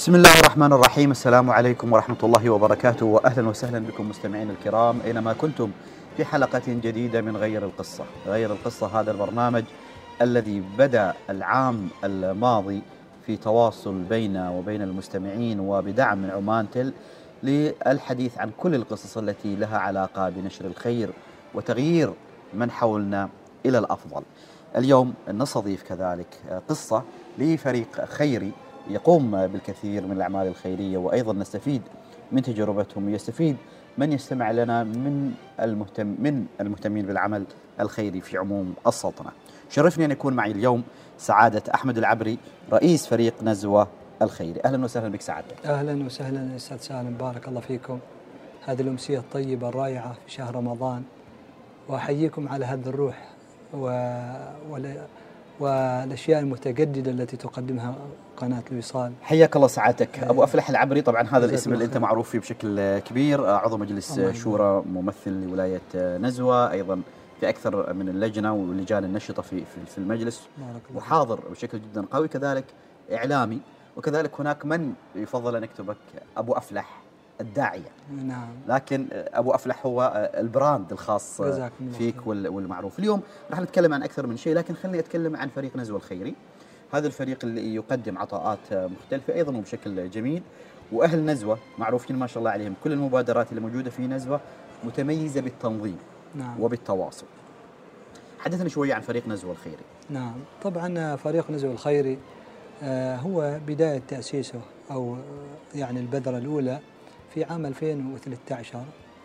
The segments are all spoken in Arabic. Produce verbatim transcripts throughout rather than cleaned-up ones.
بسم الله الرحمن الرحيم. السلام عليكم ورحمة الله وبركاته، وأهلا وسهلا بكم مستمعين الكرام أينما كنتم في حلقة جديدة من غير القصة. غير القصة هذا البرنامج الذي بدأ العام الماضي في تواصل بين وبين المستمعين وبدعم من عمان تل للحديث عن كل القصص التي لها علاقة بنشر الخير وتغيير من حولنا إلى الأفضل. اليوم نستضيف كذلك قصة لفريق خيري يقوم بالكثير من الأعمال الخيرية، وأيضا نستفيد من تجربتهم، يستفيد من يستمع لنا من المهتم من المهتمين بالعمل الخيري في عموم السلطنة. شرفني أن يكون معي اليوم سعادة أحمد العبري، رئيس فريق نزوة الخيري. أهلا وسهلا بك سعادة. أهلا وسهلا أستاذ سالم، بارك الله فيكم. هذه الأمسية الطيبة الرائعة في شهر رمضان، وأحييكم على هذه الروح و... ولا... والأشياء المتجددة التي تقدمها قناة الوصال. حياك الله سعادتك. أبو أفلح العبري، طبعا هذا الاسم اللي أنت معروف فيه بشكل كبير، عضو مجلس شورى ممثل لولاية نزوة، أيضا في أكثر من اللجنة واللجان النشطة في في المجلس، وحاضر بشكل جدا قوي، كذلك إعلامي، وكذلك هناك من يفضل أن يكتبك أبو أفلح الداعية. نعم. لكن أبو أفلح هو البراند الخاص فيك والمعروف. اليوم راح نتكلم عن أكثر من شيء، لكن خليني أتكلم عن فريق نزوة الخيري. هذا الفريق اللي يقدم عطاءات مختلفة أيضا وبشكل جميل، وأهل نزوة معروفين ما شاء الله عليهم. كل المبادرات اللي موجودة في نزوة متميزة بالتنظيم. نعم. وبالتواصل. حدثنا شوية عن فريق نزوة الخيري. نعم، طبعا فريق نزوة الخيري آه هو بداية تأسيسه أو يعني البذرة الأولى في عام ألفين وثلاثة عشر.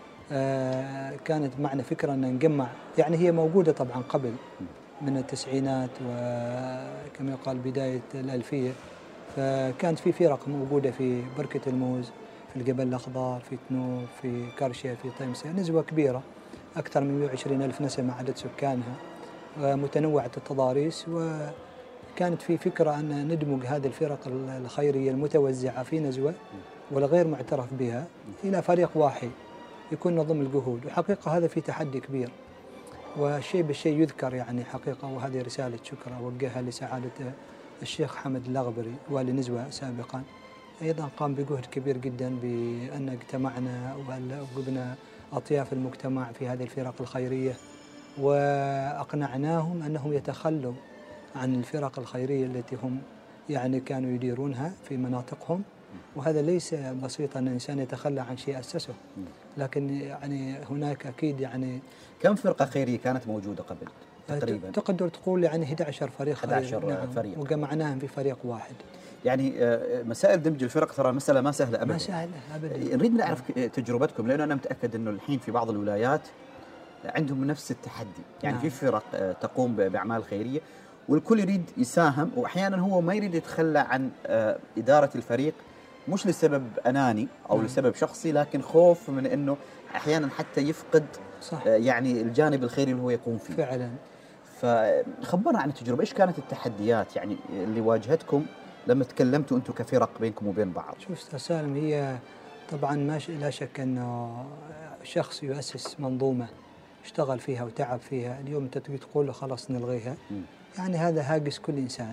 آه كانت معنا فكرة أن نجمع، يعني هي موجودة طبعا قبل من التسعينات وكما يقال بداية الألفية، فكانت في فرق موجودة في بركة الموز، في الجبل الأخضر، في تنوف، في كرشة، في طيمسة، نزوة كبيرة أكثر من مئة وعشرين ألف نسمة عدد سكانها، ومتنوعة التضاريس. وكانت في فكرة أن ندمج هذه الفرق الخيرية المتوزعة في نزوة والغير معترف بها إلى فريق واحد يكون نظم الجهود. وحقيقة هذا في تحدي كبير، والشيء بالشيء يذكر يعني حقيقة. وهذه رسالة شكر أوجهها لسعادة الشيخ حمد الأغبري والي نزوة سابقا، أيضا قام بجهد كبير جدا بأن اجتمعنا وجبنا أطياف المجتمع في هذه الفرق الخيرية، وأقنعناهم أنهم يتخلوا عن الفرق الخيرية التي هم يعني كانوا يديرونها في مناطقهم. وهذا ليس بسيطا أن الإنسان يتخلى عن شيء أسسه، لكن يعني هناك أكيد يعني. كم فرقة خيرية كانت موجودة قبل تقريبا؟ تقدر تقول يعني أحد عشر فريق أحد عشر خيري. نعم. فريق، وجمعناهم في فريق واحد. يعني مسائل دمج الفرق ترى مسألة ما سهلة أبدا. ما سهلة أبدا. نريد نعرف تجربتكم، لأنه أنا متأكد أنه الحين في بعض الولايات عندهم نفس التحدي، يعني نعم. في فرق تقوم بأعمال خيرية والكل يريد يساهم، وأحيانا هو ما يريد يتخلى عن إدارة الفريق، مش لسبب أناني أو نعم. لسبب شخصي، لكن خوف من أنه أحيانا حتى يفقد صح. يعني الجانب الخيري اللي هو يقوم فيه فعلا. فخبرنا عن التجربة، إيش كانت التحديات يعني اللي واجهتكم لما تكلمتوا أنتم كفرق بينكم وبين بعض؟ شوف أستاذ سالم، هي طبعا ما لا شك أنه شخص يؤسس منظومة اشتغل فيها وتعب فيها، اليوم أنت تقول له خلاص نلغيها، م. يعني هذا هاجس كل إنسان.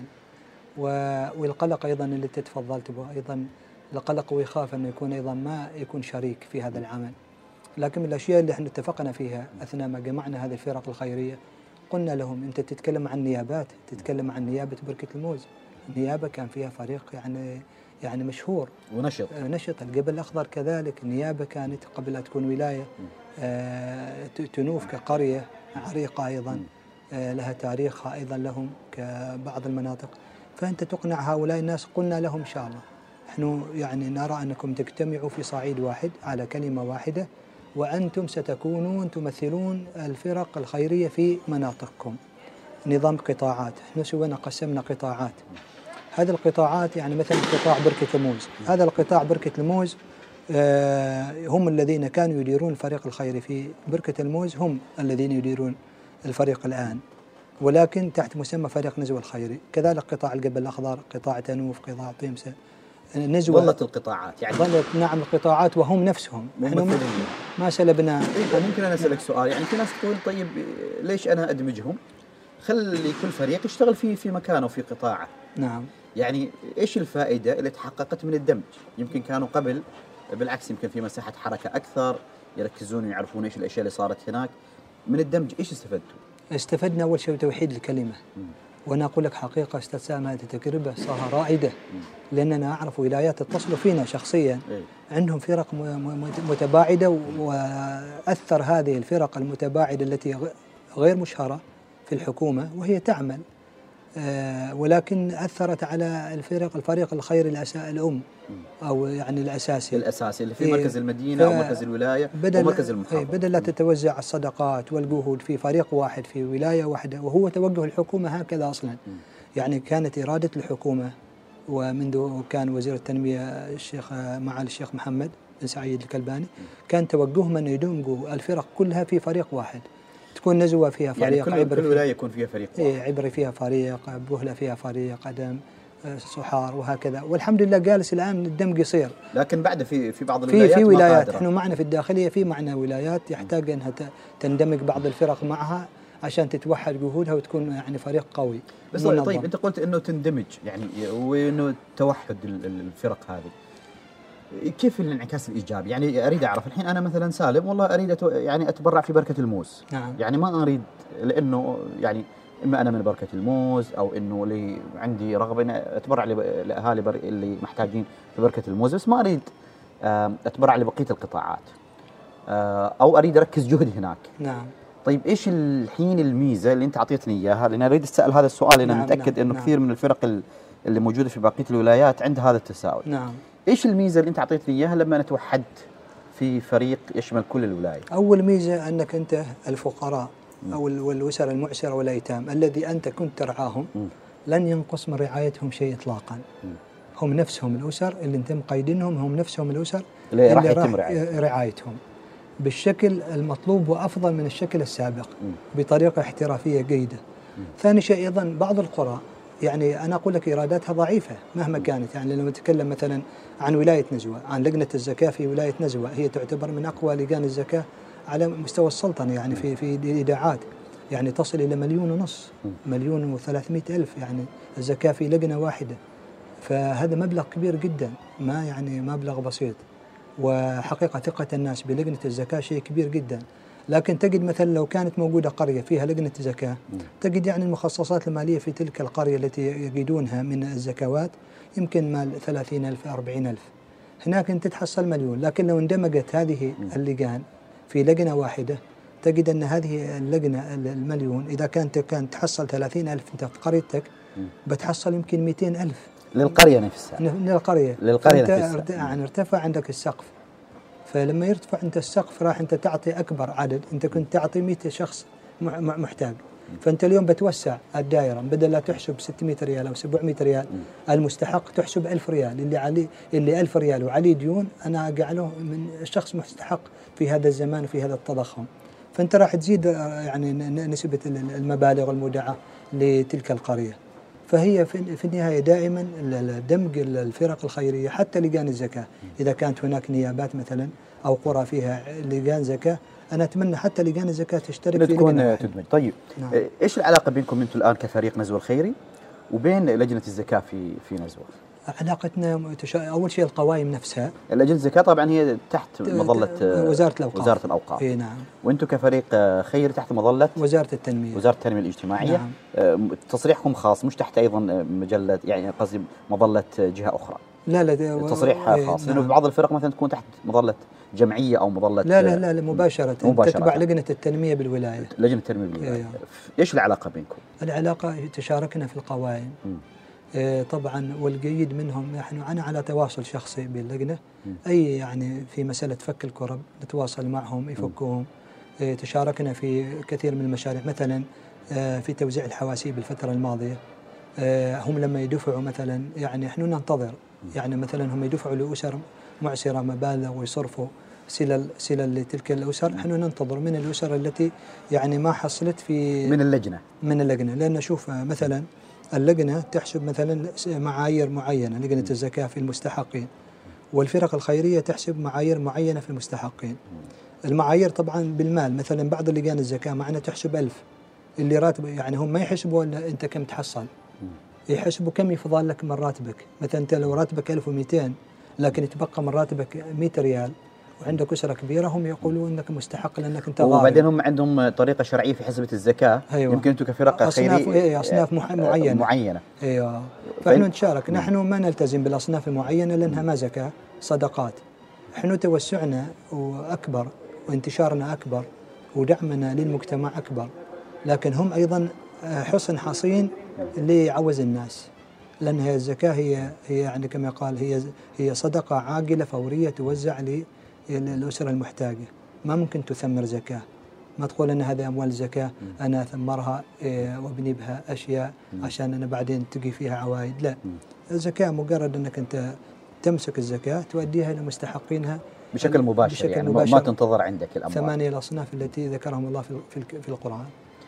والقلق أيضا اللي أنت تفضلت به، أيضا القلق ويخاف أنه يكون أيضا ما يكون شريك في هذا العمل. لكن من الأشياء اللي احنا اتفقنا فيها أثناء ما جمعنا هذه الفرق الخيرية، قلنا لهم أنت تتكلم عن نيابات، تتكلم عن نيابة بركة الموز. النيابة كان فيها فريق يعني يعني مشهور ونشط نشط. الجبل الأخضر كذلك النيابة كانت قبل أن تكون ولاية. آه تنوف كقرية عريقة أيضا، آه لها تاريخها أيضا لهم كبعض المناطق. فأنت تقنع هؤلاء الناس، قلنا لهم إن شاء الله نحن يعني نرى أنكم تجتمعوا في صعيد واحد على كلمة واحدة، وأنتم ستكونون تمثلون الفرق الخيرية في مناطقكم. نظام قطاعات، احنا سوينا قسمنا قطاعات. هذه القطاعات يعني مثلا قطاع بركة الموز، هذا القطاع بركة الموز آه هم الذين كانوا يديرون الفريق الخيري في بركة الموز، هم الذين يديرون الفريق الآن، ولكن تحت مسمى فريق نزوة الخيري. كذلك قطاع الجبل الأخضر، قطاع تنوف، قطاع طيمسة، نزوة. ظلت القطاعات يعني ظلت نعم القطاعات، وهم نفسهم ممثلين. ما سلبنا. إيه ممكن أنا أسألك سؤال؟ يعني في ناس تقول طيب ليش أنا أدمجهم؟ خلي كل فريق يشتغل في في مكانه في قطاعه. نعم. يعني ايش الفائده اللي تحققت من الدمج؟ يمكن كانوا قبل بالعكس، يمكن في مساحه حركه اكثر، يركزون ويعرفون ايش الاشياء اللي صارت هناك. من الدمج ايش استفدتوا؟ استفدنا اول شيء توحيد الكلمه. م. وانا اقول لك حقيقه استاذ سامي هذه التجربه صار رائده، لاننا اعرف ولايات اتصلوا فينا شخصيا إيه؟ عندهم فرق متباعده، واثر هذه الفرق المتباعده التي غير مشهره في الحكومه وهي تعمل، آه ولكن اثرت على الفرق الفريق الخيري الام او يعني الاساسي الاساسي اللي في إيه؟ مركز المدينه او مركز الولايه او مركز المحافظه. إيه؟ بدل لا تتوزع الصدقات والجهود في فريق واحد في ولايه واحده، وهو توجه الحكومه هكذا اصلا. م. يعني كانت اراده الحكومه، ومنذ كان وزير التنميه الشيخ معالي الشيخ محمد بن سعيد الكلباني، كان توجههم ان يدمجوا الفرق كلها في فريق واحد، تكون نزوه فيها فريق، يعني كل, عبري كل ولايه يكون فيها فريق واحد. إيه عبري فيها فريق، بوهله فيها فريق، ادم، صحار، وهكذا. والحمد لله جالس الان الدمج يصير. لكن بعد في في بعض الولايات في في ولايات احنا معنا في الداخليه، في معنا ولايات يحتاج انها تندمج بعض الفرق معها عشان تتوحد جهودها وتكون يعني فريق قوي. بس منظم. طيب انت قلت انه تندمج يعني وانه توحد الفرق هذه، كيف الانعكاس الايجابي؟ يعني اريد اعرف الحين انا مثلا سالم والله اريد يعني اتبرع في بركه الموز. نعم. يعني ما اريد لانه يعني اما انا من بركه الموز او انه لي عندي رغبه اني اتبرع لاهالي اللي محتاجين في بركه الموز، بس ما اريد اتبرع لبقيه القطاعات او اريد اركز جهدي هناك. نعم. طيب ايش الحين الميزه اللي انت اعطيتني اياها؟ لان اريد اسال هذا السؤال لان نعم متاكد نعم انه نعم كثير من الفرق اللي موجوده في بقيه الولايات عندها هذا التساؤل. نعم. ايش الميزه اللي انت اعطيتني اياها لما نتوحد في فريق يشمل كل الولايه؟ اول ميزه انك انت الفقراء م. او الاسر المعسره والايتام الذي انت كنت ترعاهم م. لن ينقص من رعايتهم شيء اطلاقا. م. هم نفسهم الاسر اللي انت مقيدينهم، هم نفسهم الاسر اللي, اللي راح يتم رعايتهم. رعايتهم بالشكل المطلوب وافضل من الشكل السابق م. بطريقه احترافيه جيده. م. ثاني شيء ايضا بعض القرى يعني أنا أقول لك إيراداتها ضعيفة مهما كانت. يعني لما نتكلم مثلا عن ولاية نزوة، عن لجنة الزكاة في ولاية نزوة، هي تعتبر من أقوى لجان الزكاة على مستوى السلطنة يعني في في الإيداعات، يعني تصل إلى مليون ونص، مليون وثلاثمائة ألف يعني الزكاة في لجنة واحدة. فهذا مبلغ كبير جدا، ما يعني مبلغ بسيط. وحقيقة ثقة الناس بلجنة الزكاة شيء كبير جدا. لكن تجد مثلا لو كانت موجودة قرية فيها لجنة زكاة، تجد يعني المخصصات المالية في تلك القرية التي يجدونها من الزكوات يمكن مال ثلاثين ألف أربعين ألف، هناك أنت تحصل مليون. لكن لو اندمجت هذه اللجان في لجنة واحدة تجد أن هذه اللجنة المليون إذا كانت كانت تحصل ثلاثين ألف أنت في قريتك بتحصل يمكن مئتين ألف للقرية نفسها. للقرية للقرية نفسها يعني ارتفع عندك السقف. فلما يرتفع انت السقف راح انت تعطي اكبر عدد، انت كنت تعطي مئة شخص محتاج، فانت اليوم بتوسع الدائره، بدل لا تحسب ستمائة ريال او سبعمائة ريال المستحق تحسب ألف ريال، اللي عليه اللي ألف ريال وعليه ديون انا اجعله من شخص مستحق في هذا الزمان وفي هذا التضخم. فانت راح تزيد يعني نسبه المبالغ المودعه لتلك القريه. فهي في النهاية دائما دمج الفرق الخيرية حتى لجان الزكاة، إذا كانت هناك نيابات مثلا أو قرى فيها لجان زكاة، أنا أتمنى حتى لجان الزكاة تشترك في تكون تدمج. طيب نعم. إيش العلاقة بينكم أنتم الآن كفريق نزوة الخيري وبين لجنة الزكاة في في نزوة؟ علاقتنا أول شيء القوائم نفسها. لجنة الزكاة طبعا هي تحت مظلة وزارة الأوقاف. وزارة الأوقاف. إيه نعم. وأنتم كفريق خيري تحت مظلة وزارة التنمية. وزارة التنمية الاجتماعية. نعم. تصريحكم خاص مش تحت أيضا مجلة يعني قصدي مظلة جهة أخرى. لا لا تصريح و... خاص. لأنه نعم. بعض الفرق مثلا تكون تحت مظلة جمعية أو مظلة لا لا لا, لا مباشرة. مباشرة تتبع لجنة التنمية بالولاية. لجنة التنمية بالولاية. إيه. إيش العلاقة بينكم؟ العلاقة تشاركنا في القوائم. م. إيه طبعا، والجيد منهم نحن أنا على تواصل شخصي باللجنة. م. أي يعني في مسألة فك الكرب نتواصل معهم يفكوهم. إيه تشاركنا في كثير من المشاريع، مثلا في توزيع الحواسيب الفترة الماضية. هم لما يدفعوا مثلا يعني احنا ننتظر، يعني مثلا هم يدفعوا لأسر معسرة مبالغ ويصرفوا سلل سلل لتلك الأسر، احنا ننتظر من الأسر التي يعني ما حصلت في من اللجنة من اللجنة لأن شوف مثلا اللجنة تحسب مثلا معايير معينة، لجنة الزكاة في المستحقين، والفرق الخيرية تحسب معايير معينة في المستحقين. المعايير طبعا بالمال، مثلا بعض لجان الزكاة معنا تحسب ألف، اللي راتب يعني هم ما يحسبوا ان انت كم تحصل، يحسبوا كم يفضل لك من راتبك. مثلا انت لو راتبك ألف ومئتين لكن يتبقى من راتبك مئة ريال وعندك أسرة كبيرة، هم يقولون انك مستحق لانك انت ظالم. وبعدين هم عندهم طريقة شرعية في حسبة الزكاة. أيوة. يمكن انتم كفرق خيرية إيه اصناف معينة معينة. ايوه فاحنا نتشارك. نحن ما نلتزم بالاصناف المعينة لانها ما زكاة، صدقات. احنا توسعنا واكبر وانتشارنا اكبر ودعمنا للمجتمع اكبر، لكن هم ايضا حصن حصين لعوز الناس، لان هي الزكاة هي هي يعني كما قال هي هي صدقة عاجلة فورية توزع للأسرة المحتاجة. ما ممكن تثمر زكاة، ما تقول أن هذه أموال الزكاة أنا أثمرها وابني بها أشياء عشان أنا بعدين تقي فيها عوائد. لا، الزكاة مجرد أنك أنت تمسك الزكاة تؤديها إلى مستحقينها بشكل مباشر، بشكل يعني مباشر ما تنتظر عندك الأموال. ثمانية الأصناف التي ذكرهم الله في في القرآن.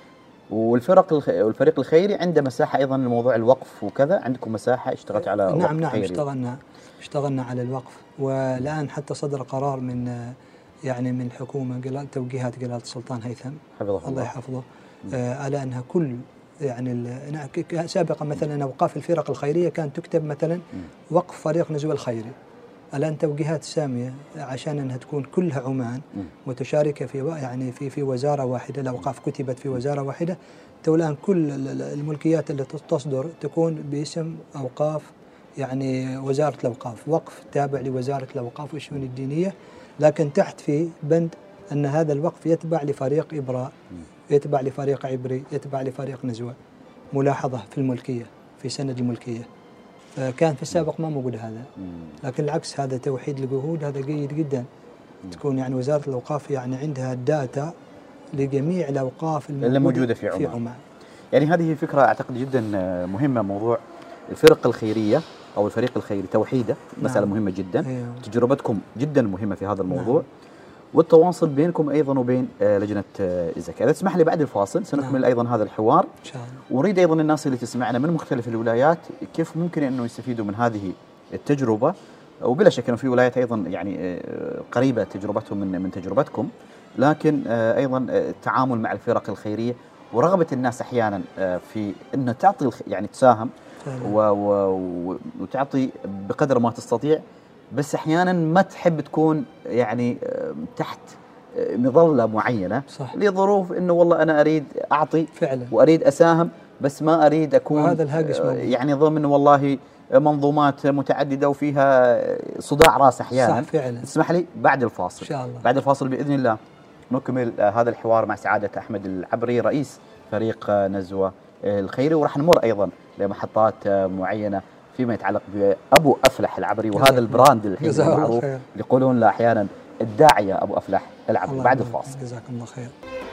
والفرق والفريق الخيري عنده مساحة أيضا لموضوع الوقف وكذا، عندكم مساحة اشتغلت على نعم وقف نعم خيري؟ اشتغلنا اشتغلنا على الوقف، والآن حتى صدر قرار من يعني من الحكومة قلال توجيهات جلالة السلطان هيثم حفظه الله, الله يحفظه آه على أنها كل يعني سابقا مثلا أوقاف الفرق الخيرية كانت تكتب مثلا وقف فريق نزوة الخيري، الآن توجيهات سامية عشان أنها تكون كلها عمان متشاركة في يعني في في وزارة واحدة. الأوقاف كتبت في وزارة واحدة، تو الآن كل الملكيات التي تصدر تكون باسم أوقاف يعني وزارة الأوقاف، وقف تابع لوزارة الأوقاف والشؤون الدينية، لكن تحت في بند أن هذا الوقف يتبع لفريق إبراء، يتبع لفريق عبري، يتبع لفريق نزوة. ملاحظة في الملكية في سند الملكية، كان في السابق ما موجود هذا، لكن العكس هذا توحيد الجهود، هذا جيد جدا. تكون يعني وزارة الأوقاف يعني عندها داتا لجميع الأوقاف اللي موجودة في عمان. في عمان. يعني هذه فكرة أعتقد جدا مهمة، موضوع الفرق الخيرية أو الفريق الخيري توحيده مسألة نعم. مهمة جدا. أيوه. تجربتكم جدا مهمة في هذا الموضوع. نعم. والتواصل بينكم أيضا وبين لجنة الزكاة. إذا تسمح لي بعد الفاصل سنكمل نعم. أيضا هذا الحوار إن شاء الله. ونريد أيضا الناس اللي تسمعنا من مختلف الولايات كيف ممكن أنه يستفيدوا من هذه التجربة، وبلا شك أنه في ولايات أيضا يعني قريبة تجربتهم من من تجربتكم، لكن أيضا التعامل مع الفرق الخيرية ورغبة الناس أحيانا في أنه تعطي يعني تساهم و و وتعطي بقدر ما تستطيع، بس أحيانا ما تحب تكون يعني تحت مظلة معينة صح. لظروف أنه والله أنا أريد أعطي فعلا. وأريد أساهم بس ما أريد أكون وهذا الهاجس يعني ضمن والله منظومات متعددة وفيها صداع راس أحيانا. صح فعلا. اسمح لي بعد الفاصل إن شاء الله. بعد الفاصل بإذن الله نكمل هذا الحوار مع سعادة أحمد العبري رئيس فريق نزوة الخيري، وراح نمر أيضا لمحطات معينة فيما يتعلق بأبو أفلح العبري وهذا البراند الحين المعروف اللي يقولون له أحيانا الداعية أبو أفلح العبري. بعد الفاصل. جزاكم الله خير.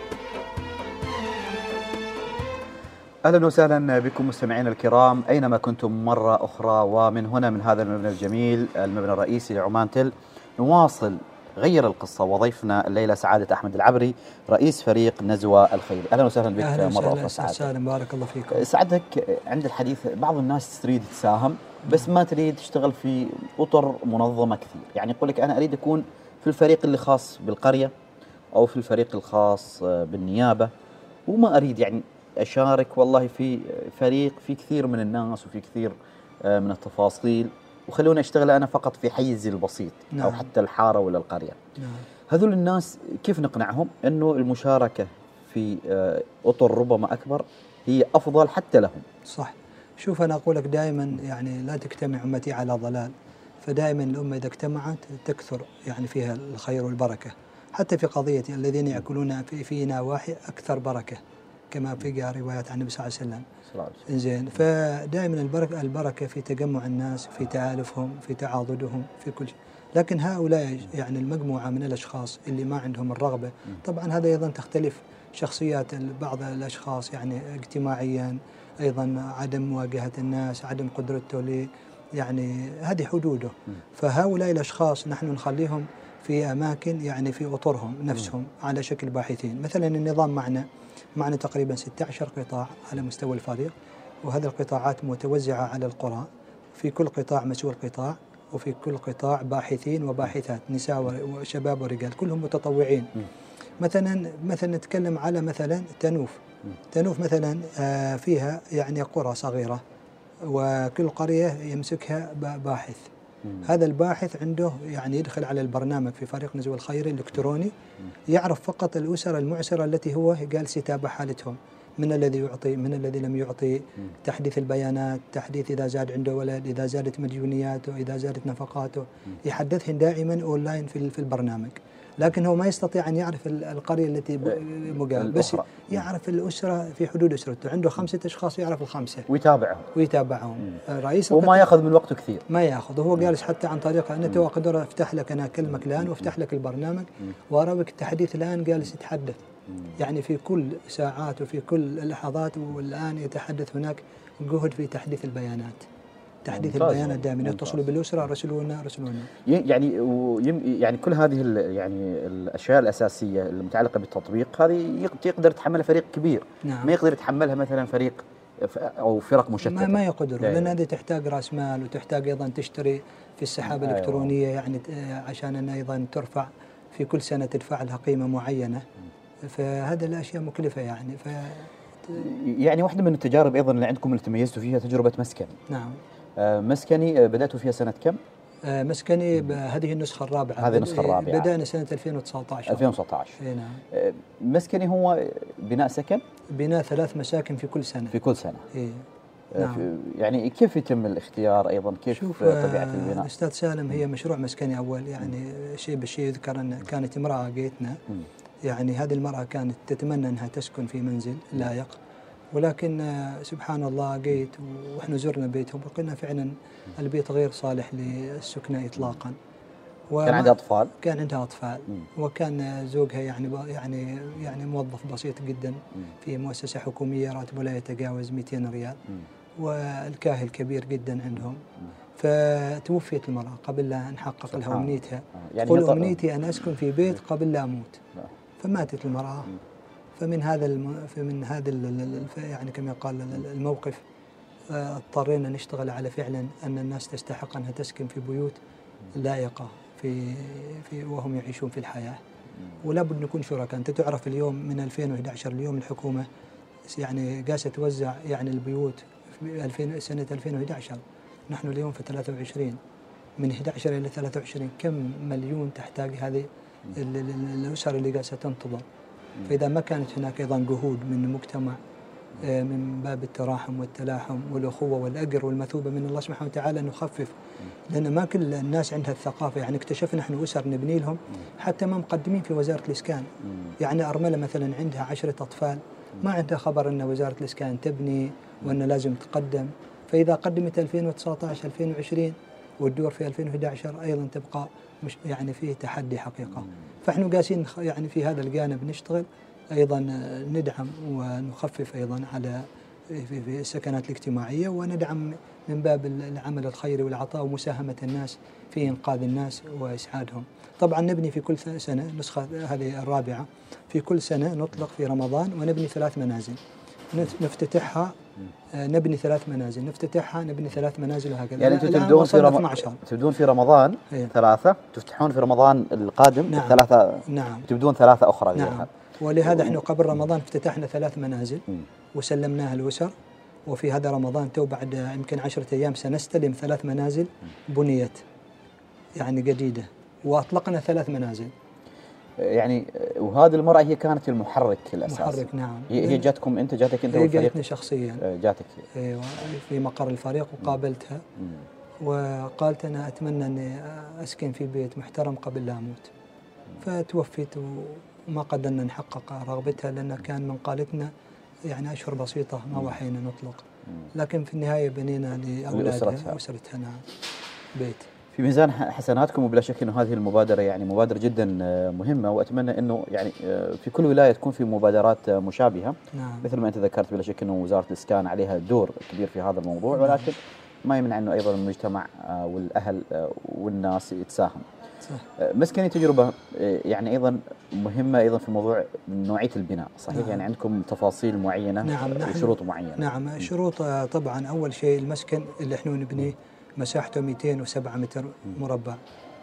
أهلا وسهلا بكم مستمعينا الكرام أينما كنتم مرة أخرى، ومن هنا من هذا المبنى الجميل المبنى الرئيسي لعمان تل نواصل غير القصة، وضيفنا الليلة سعادة أحمد العبري رئيس فريق نزوة الخيري. أهلا وسهلا بك أهلا مرة أخرى سعادة. سعادة بارك الله فيكم. سعادتك عند الحديث بعض الناس تريد تساهم بس ما تريد تشتغل في أطر منظمة كثير، يعني يقول لك أنا أريد أكون في الفريق اللي خاص بالقرية أو في الفريق الخاص بالنيابة، وما أريد يعني أشارك والله في فريق في كثير من الناس وفي كثير من التفاصيل، وخلوني أشتغل أنا فقط في حيزي البسيط. نعم. أو حتى الحارة ولا القرية. نعم. هذول الناس كيف نقنعهم أنه المشاركة في أطر ربما أكبر هي أفضل حتى لهم؟ صح. شوف أنا أقول لك دائما يعني لا تجتمع أمتي على ضلال، فدائما الأمة إذا اجتمعت تكثر يعني فيها الخير والبركة، حتى في قضية الذين يأكلون في, في نواحي أكثر بركة كما في روايات عن النبي صلى الله عليه وسلم. زين. فدائما البركة البركة في تجمع الناس، في تآلفهم، في تعاضدهم، في كل شيء. لكن هؤلاء يعني المجموعة من الأشخاص اللي ما عندهم الرغبة، طبعا هذا أيضا تختلف شخصيات بعض الأشخاص يعني اجتماعيا، أيضا عدم مواجهة الناس، عدم قدرته ل يعني هذه حدوده. فهؤلاء الأشخاص نحن نخليهم في أماكن يعني في أطرهم نفسهم على شكل باحثين. مثلا النظام معنا معنا تقريبا ستة عشر قطاع على مستوى الفريق، وهذه القطاعات متوزعة على القرى، في كل قطاع مسؤول قطاع، وفي كل قطاع باحثين وباحثات نساء وشباب ورجال كلهم متطوعين. مثلا مثلا نتكلم على مثلا تنوف. تنوف مثلا آه، فيها يعني قرى صغيرة، وكل قرية يمسكها باحث. هذا الباحث عنده يعني يدخل على البرنامج في فريق نزوة الخيري الإلكتروني، يعرف فقط الأسر المعسرة التي هو جالس يتابع حالتهم، من الذي يعطي، من الذي لم يعطي، تحديث البيانات، تحديث إذا زاد عنده ولد، إذا زادت مديونياته، إذا زادت نفقاته، يحدثهم دائما أونلاين في في البرنامج. لكن هو ما يستطيع أن يعرف القرية التي مقابل، بس يعرف الأسرة في حدود أسرته، عنده خمسة أشخاص يعرف الخمسة ويتابعهم ويتابعهم رئيس وما يأخذ من وقته كثير، ما يأخذ. وهو جالس حتى عن طريق أنا تو أقدر أفتح لك، أنا أكلمك الآن وأفتح لك البرنامج وأراك التحديث الآن جالس يتحدث، يعني في كل ساعات وفي كل اللحظات، والآن يتحدث هناك جهد في تحديث البيانات. تحديث البيانات دائما يتصلوا بالأسرة، رسلونا رسلونا يعني يعني كل هذه يعني الأشياء الأساسية المتعلقة بالتطبيق هذه يقدر يتحملها فريق كبير. نعم. ما يقدر يتحملها مثلا فريق أو فرق مشتتة، ما, ما يقدروا، لأن هذه تحتاج رأس مال، وتحتاج أيضا تشتري في السحابة أيوة. الإلكترونية، يعني عشان أن أيضا ترفع في كل سنة تدفع لها قيمة معينة، فهذا الأشياء مكلفة يعني. ف يعني واحدة من التجارب أيضا اللي عندكم اللي تميزتوا فيها تجربة مسكني. نعم. آه مسكني بدأتوا فيها سنة كم؟ آه مسكني هذه النسخة الرابعة. هذه النسخة الرابعة بدأنا سنة ألفين وتسعة عشر. ألفين وتسعة عشر. اي نعم. آه مسكني هو بناء سكن؟ بناء ثلاث مساكن في كل سنة. في كل سنة. إيه. نعم. يعني كيف يتم الاختيار أيضا؟ كيف طبيعة البناء؟ أستاذ سالم، هي مشروع مسكني أول، يعني م. شيء بالشيء يذكر أن كانت امرأة جيتنا، م. يعني هذه المرأة كانت تتمنى أنها تسكن في منزل لائق، ولكن سبحان الله جيت وإحنا زرنا بيتهم وقلنا فعلا البيت غير صالح للسكنة إطلاقا. كان عندها أطفال؟ كان عندها أطفال، م. وكان زوجها يعني يعني يعني موظف بسيط جدا م. في مؤسسة حكومية، راتبه لا يتجاوز مئتين ريال، م. والكاهل كبير جدا عندهم. م. فتوفيت المرأة قبل لا نحقق لها أمنيتها. يعني تقول أمنيتي أن أسكن في بيت قبل لا أموت. فماتت المرأة. م. فمن هذا الم... فمن هذا ال... يعني كما قال الموقف اضطرينا نشتغل على فعلا أن الناس تستحق أنها تسكن في بيوت لائقة في في وهم يعيشون في الحياة، ولا بد نكون شركاء. أنت تعرف اليوم من ألفين وأحد عشر اليوم الحكومة يعني قاسة توزع يعني البيوت في ألفين سنة ألفين وأحد عشر، نحن اليوم في ثلاثة وعشرين، من أحد عشر إلى ثلاثة وعشرين كم مليون تحتاج هذه الأسر اللي قاسة تنتظر. فإذا ما كانت هناك أيضا جهود من المجتمع من باب التراحم والتلاحم والأخوة والأجر والمثوبة من الله سبحانه وتعالى نخفف، لأن ما كل الناس عندها الثقافة. يعني اكتشفنا نحن أسر نبني لهم حتى ما مقدمين في وزارة الإسكان، يعني أرملة مثلا عندها عشرة أطفال ما عندها خبر أن وزارة الإسكان تبني وأن لازم تقدم، فإذا قدمت ألفين وتسعة عشر ألفين وعشرين والدور في ألفين وأحد عشر أيضا تبقى مش يعني فيه تحدي حقيقة. فإحنا قاسين يعني في هذا الجانب نشتغل أيضا، ندعم ونخفف أيضا على في في السكنات الاجتماعية، وندعم من باب العمل الخيري والعطاء ومساهمة الناس في إنقاذ الناس وإسعادهم. طبعا نبني في كل سنة، نسخة هذه الرابعة، في كل سنة نطلق في رمضان ونبني ثلاث منازل نفتتحها، نبني ثلاث منازل نفتتحها نبني ثلاث منازل وهكذا. يعني أنتم تبدون في رمضان تبدون في رمضان هي. ثلاثة، تفتحون في رمضان القادم نعم. ثلاثة نعم. تبدون ثلاثة أخرى غيرها. نعم. ولهذا احنا قبل رمضان افتتحنا ثلاث منازل م. وسلمناها الأسر، وفي هذا رمضان تو بعد يمكن عشرة أيام سنستلم ثلاث منازل بنيت يعني جديدة، وأطلقنا ثلاث منازل. يعني وهذه المرأة هي كانت المحرك الأساسي. محرك نعم. هي جاتكم أنت جاتك أنت والفريق؟ هي جاتني شخصيا. جاتك ايوه في مقر الفريق وقابلتها م. وقالت أنا أتمنى أني أسكن في بيت محترم قبل لا أموت. فتوفيت وما قدرنا نحقق رغبتها، لأن كان من قالتنا يعني أشهر بسيطة ما وحينا نطلق، لكن في النهاية بنينا لأولادها وأسرتها نعم بيت. في ميزان حسناتكم، وبلا شك أنه هذه المبادرة يعني مبادرة جدا مهمة، وأتمنى أنه يعني في كل ولاية تكون في مبادرات مشابهة. نعم. مثل ما أنت ذكرت بلا شك أنه وزارة الإسكان عليها دور كبير في هذا الموضوع، ولكن ما يمنع أنه أيضا المجتمع والأهل والناس يتساهم. صح. مسكني تجربة يعني أيضا مهمة أيضا في موضوع نوعية البناء، صحيح؟ نعم. يعني عندكم تفاصيل معينة نعم وشروط معينة. نعم شروط طبعا. أول شيء المسكن اللي احنا نبنيه مساحته مئتين وسبعة متر مربع،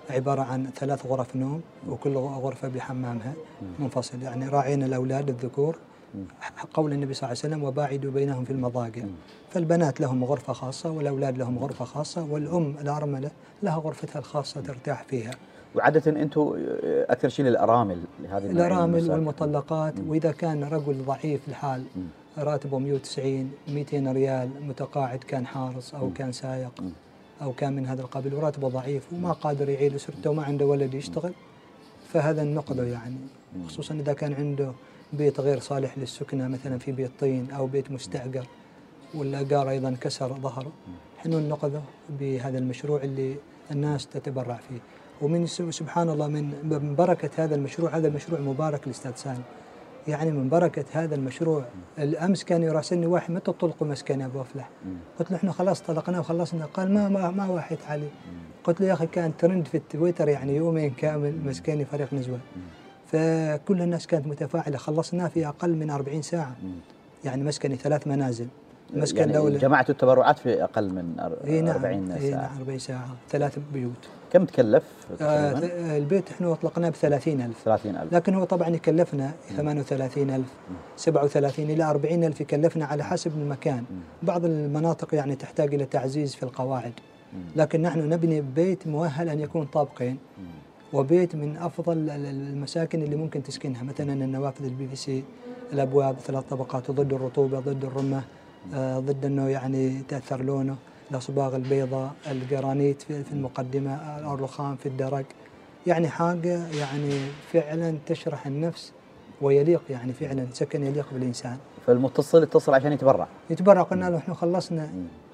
عبارة عن ثلاث غرف نوم، وكل غرفة بحمامها منفصل، يعني راعينا الأولاد الذكور قول النبي صلى الله عليه وسلم وباعدوا بينهم في المضاجع. فالبنات لهم غرفة خاصة والأولاد لهم غرفة خاصة، والأم الأرملة لها غرفتها الخاصة ترتاح فيها. وعادة أنتم أكثر شيء للأرامل هذه الأرامل والمطلقات، وإذا كان رجل ضعيف الحال راتبه مئة وتسعين مئتين ريال متقاعد، كان حارس أو كان سائق أو كان من هذا القبيل وراتبه ضعيف وما قادر يعيل أسرته وما عنده ولد يشتغل، فهذا نقضه يعني، خصوصا إذا كان عنده بيت غير صالح للسكنة، مثلا في بيت طين أو بيت مستأجر والأجار أيضا كسر ظهره، حنون نقضه بهذا المشروع اللي الناس تتبرع فيه. ومن سبحان الله من بركة هذا المشروع، هذا المشروع مبارك الأستاذ سالم، يعني من بركة هذا المشروع. الأمس كان يراسلني واحد متى تطلقوا مسكن يا أبو أفلح؟ قلت له إحنا خلاص طلقناه وخلصنا. قال ما ما ما واحد علي. قلت له يا أخي كان ترند في التويتر يعني يومين كامل مسكني فريق نزوة، فكل الناس كانت متفاعلة، خلصناه في أقل من أربعين ساعة، يعني مسكني ثلاث منازل. مسكن يعني دولة جماعة التبرعات في أقل من نعم أربعين ساعة. نعم أربعين ساعة، ثلاث بيوت. كم تكلف؟ آه البيت احنا اطلقناه بثلاثين ألف، ثلاثين ألف، لكن هو طبعا يكلفنا ثمانية وثلاثين ألف، سبعة وثلاثين إلى أربعين ألف يكلفنا على حسب المكان. بعض المناطق يعني تحتاج إلى تعزيز في القواعد، لكن نحن نبني بيت مؤهل أن يكون طابقين، وبيت من أفضل المساكن اللي ممكن تسكنها، مثلا النوافذ البي في سي، الأبواب ثلاث طبقات، ضد الرطوبة ضد الرمة، آه ضد أنه يعني تأثر لونه، الأصباغ البيضاء، الجرانيت في المقدمة، الرخام في الدرج، يعني حاجة يعني فعلا تشرح النفس ويليق، يعني فعلا سكن يليق بالإنسان. فالمتصل اتصل عشان يتبرع يتبرع قلنا له احنا خلصنا.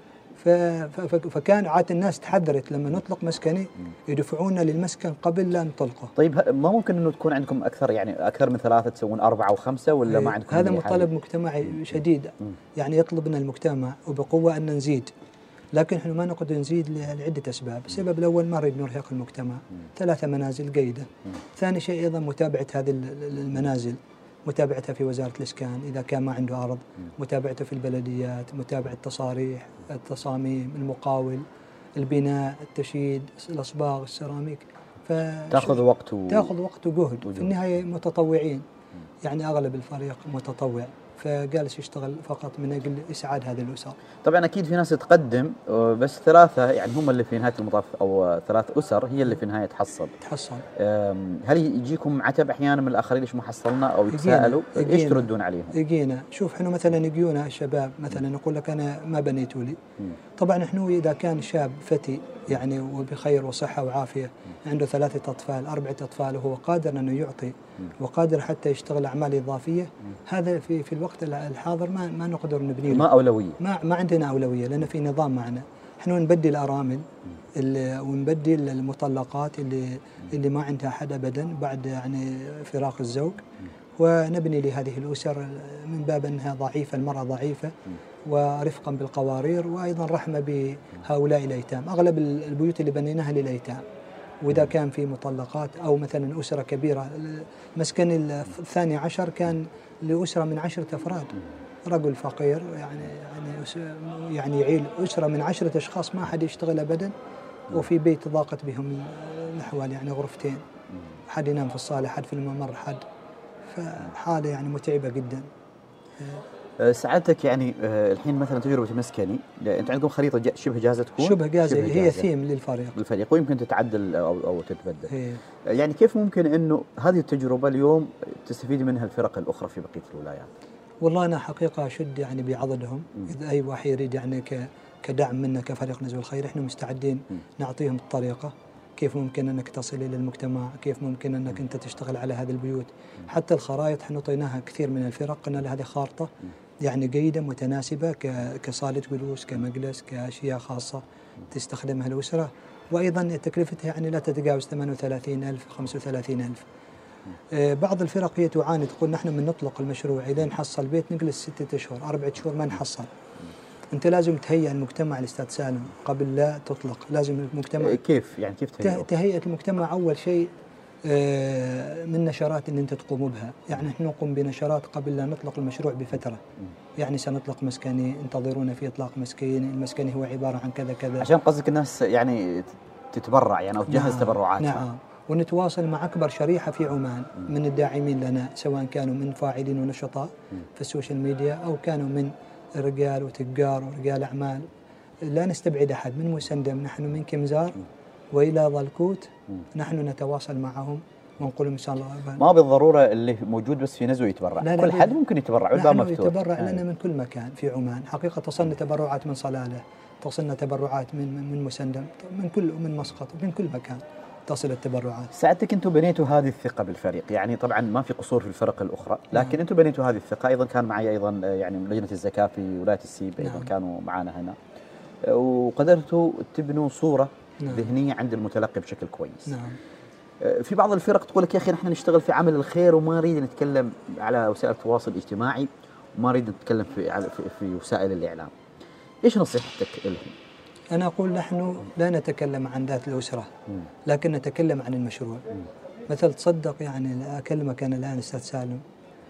فكان عادة الناس تحذرت لما نطلق مسكني يدفعونا للمسكن قبل لا نطلقه. طيب ما ممكن انه تكون عندكم اكثر، يعني اكثر من ثلاثه تسوون اربعه وخمسه، ولا ما عندكم؟ هذا مطالب مجتمعي شديد، يعني يطلبنا المجتمع وبقوه ان نزيد، لكن احنا ما نقدر نزيد لعده اسباب. السبب الاول ما نريد نرهق المجتمع، ثلاثه منازل جيده. ثاني شيء ايضا متابعه هذه المنازل، متابعتها في وزارة الإسكان إذا كان ما عنده أرض، متابعته في البلديات، متابعة تصاريح، التصاميم، المقاول، البناء، التشييد، الأصباغ، السيراميك. تأخذ وقت و... تأخذ وقت وجهد. في النهاية متطوعين، يعني أغلب الفريق متطوع، فجالس يشتغل فقط من أجل إسعاد هذه الأسر. طبعا أكيد في ناس تقدم، بس ثلاثة يعني هم اللي في نهاية المطاف، أو ثلاث أسر هي اللي في النهاية تحصل تحصل. هل يجيكم عتب أحيانا من الآخرين ليش ما حصلنا، أو يتساءلوا إيش تردون عليهم؟ يجينا، شوف إحنا مثلا يجيونا الشباب مثلا يقول لك أنا ما بنيتوا لي. طبعا إحنا إذا كان شاب فتي يعني وبخير وصحة وعافية، عنده ثلاثة أطفال أربعة أطفال وهو قادر أنه يعطي وقادر حتى يشتغل أعمال إضافية، هذا في في الوقت الحاضر ما ما نقدر نبني له. ما أولوية، ما ما عندنا أولوية، لأن في نظام معنا. إحنا نبدي الأرامل ونبدي المطلقات اللي اللي ما عندها حد أبدا بعد يعني فراق الزوج، ونبني لهذه الأسر من باب أنها ضعيفة، المرأة ضعيفة، ورفقا بالقوارير، وأيضا رحمة بهؤلاء الأيتام. أغلب البيوت اللي بنيناها للأيتام، وإذا كان في مطلقات أو مثلا أسرة كبيرة. مسكن الثاني عشر كان لأسرة من عشرة أفراد، رجل فقير يعني يعني يعني يعيل أسرة من عشرة أشخاص، ما حد يشتغل أبدا، وفي بيت ضاقت بهم الأحوال، يعني غرفتين، حد ينام في الصالة، حد في الممر، حد، فحالة يعني متعبة جدا. سعادتك يعني الحين مثلا تجربة مسكني، انت عندكم خريطة شبه جاهزة تكون؟ شبه جاهزة، هي جاهزة. ثيم للفريق للفريق، ويمكن تتعدل او او تتبدل. هي. يعني كيف ممكن انه هذه التجربة اليوم تستفيد منها الفرق الاخرى في بقية الولايات؟ والله انا حقيقة اشد يعني بعضدهم، اذا اي واحد يريد يعني كدعم منا كفريق نزوة الخير، احنا مستعدين م. نعطيهم الطريقة، كيف ممكن انك تصل الى المجتمع، كيف ممكن انك انت تشتغل على هذه البيوت. حتى الخرائط احنا اعطيناها كثير من الفرق، قلنا لها هذه خارطة يعني جيدة متناسبة كصالة جلوس، كمجلس، كأشياء خاصة تستخدمها الأسرة، وأيضا تكلفتها يعني لا تتجاوز ثمانية وثلاثين ألف خمسة وثلاثين ألف. بعض الفرق هي تعاني، تقول نحن من نطلق المشروع إلى نحصل بيت نجلس ستة أشهر أربعة شهور ما نحصل. أنت لازم تهيئ المجتمع الأستاذ سالم قبل لا تطلق، لازم المجتمع كيف يعني كيف تهيئ؟ تهيئة المجتمع أول شيء من نشرات اللي أنت تقوم بها، يعني نحن نقوم بنشرات قبل لا نطلق المشروع بفترة، يعني سنطلق مسكني، انتظرونا في إطلاق مسكين، المسكني هو عبارة عن كذا كذا، عشان قصدك الناس يعني تتبرع يعني أو تجهز نعم تبرعاتها. نعم، ونتواصل مع أكبر شريحة في عمان من الداعمين لنا، سواء كانوا من فاعلين ونشطاء في السوشيال ميديا أو كانوا من رجال وتجار ورجال أعمال. لا نستبعد أحد، من مسندم نحن من كمزار وإلى ظلكوت نحن نتواصل معهم ونقول إن شاء الله. ما بالضرورة اللي موجود بس في نزوة يتبرع، لا لا كل حد ممكن يتبرع والباب نحن مفتوح. يتبرع لنا من كل مكان في عمان حقيقة. تصلنا تبرعات من صلالة، تصلنا تبرعات من من مسندم، من كل من مسقط، من كل مكان تصل التبرعات. سعادتك أنتم بنيتوا هذه الثقة بالفريق، يعني طبعا ما في قصور في الفرق الأخرى، لكن نعم. أنتم بنيتوا هذه الثقة. أيضا كان معي أيضا يعني لجنة الزكاة في ولاية السيب أيضا نعم. كانوا معنا هنا، وقدرتوا تبنوا صورة نعم. ذهنية عند المتلقي بشكل كويس. نعم. في بعض الفرق تقول لك يا أخي نحن نشتغل في عمل الخير وما نريد نتكلم على وسائل التواصل الاجتماعي وما نريد نتكلم في في, في وسائل الإعلام. إيش نصيحتك لهم؟ أنا أقول نحن لا نتكلم عن ذات الأسرة، لكن نتكلم عن المشروع. مثل تصدق يعني أكلمك أنا الآن أستاذ سالم،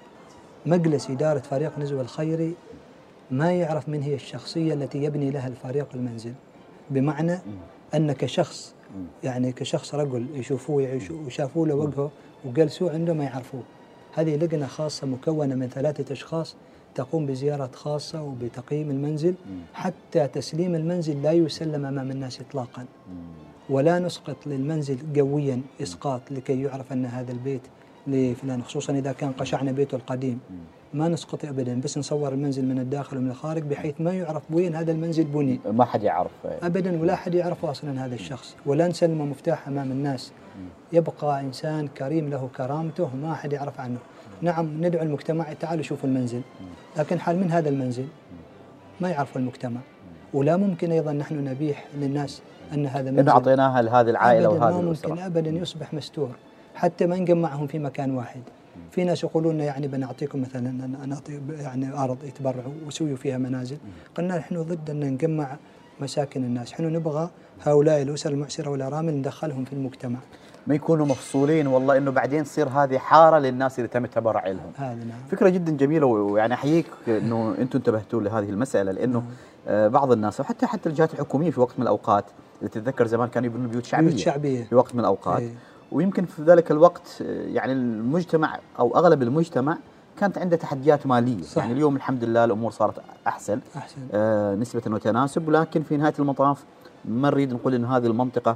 مجلس إدارة فريق نزوة الخيري ما يعرف من هي الشخصية التي يبني لها الفريق المنزل، بمعنى أن كشخص يعني كشخص رجل يشوفوه وشافوا له وجهه وجلسوا عنده ما يعرفوه. هذه لجنة خاصة مكونة من ثلاثة أشخاص تقوم بزيارات خاصة وبتقييم المنزل، حتى تسليم المنزل لا يسلم أمام الناس إطلاقا، ولا نسقط للمنزل قويا إسقاط لكي يعرف أن هذا البيت لفلان، خصوصا إذا كان قشعنا بيته القديم ما نسقط أبدا، بس نصور المنزل من الداخل ومن الخارج بحيث ما يعرف وين هذا المنزل بني، ما حد يعرف أبدا، ولا حد يعرف أصلا هذا الشخص، ولا نسلمه مفتاح أمام الناس. يبقى إنسان كريم له كرامته ما حد يعرف عنه. نعم ندعو المجتمع تعالوا شوفوا المنزل، لكن حال من هذا المنزل ما يعرف المجتمع، ولا ممكن أيضا نحن نبيح للناس أن هذا منزل إن أعطيناها لهذه العائلة وهذه ما الأسرة. ممكن أبدا يصبح مستور، حتى ما نجمعهم في مكان واحد. في ناس يقولون يعني بنعطيكم مثلا نعطي يعني أرض يتبرعوا وسويوا فيها منازل، قلنا نحن ضد أن نجمع مساكن الناس، نحن نبغى هؤلاء الأسر المعسرة والأرامل ندخلهم في المجتمع، ما يكونوا مفصولين، والله انه بعدين تصير هذه حاره للناس اللي تم التبرع لهم. هذا نعم. فكره جدا جميله، ويعني احييك انه انتم انتبهتوا لهذه المساله، لانه آه بعض الناس وحتى حتى الجهات الحكوميه في وقت من الاوقات، اللي تتذكر زمان كانوا يبنون بيوت شعبيه, بيوت شعبيه في وقت من الاوقات. إيه. ويمكن في ذلك الوقت يعني المجتمع او اغلب المجتمع كانت عنده تحديات ماليه، صح. يعني اليوم الحمد لله الامور صارت احسن, أحسن. آه نسبه وتناسب، ولكن في نهايه المطاف ما نريد نقول ان هذه المنطقه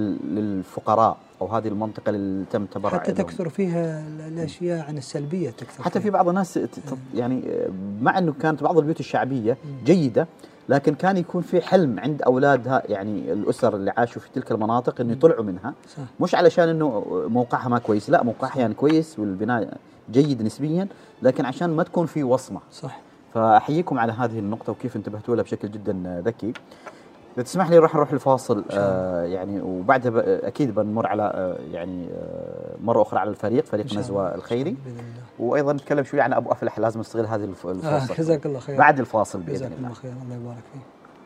للفقراء او هذه المنطقه اللي تم تبرع حتى لهم. تكثر فيها الاشياء عن السلبيه تكثر حتى فيها. في بعض الناس يعني مع انه كانت بعض البيوت الشعبيه جيده، لكن كان يكون في حلم عند اولادها، يعني الاسر اللي عاشوا في تلك المناطق انه يطلعوا منها. صح. مش علشان انه موقعها ما كويس، لا موقعها يعني كويس والبناء جيد نسبيا، لكن عشان ما تكون في وصمه. صح. فاحييكم على هذه النقطه وكيف انتبهتوا لها بشكل جدا ذكي. إذا تسمح لي راح نروح الفاصل آه يعني، وبعدها اكيد بنمر على آه يعني آه مره اخرى على الفريق فريق نزوة الخيري، وايضا نتكلم شوي عن ابو افلح. لازم نستغل هذه الفرصه. جزاك الله خير. بعد الفاصل باذن جزاك الله. الله خير، الله يبارك فيك.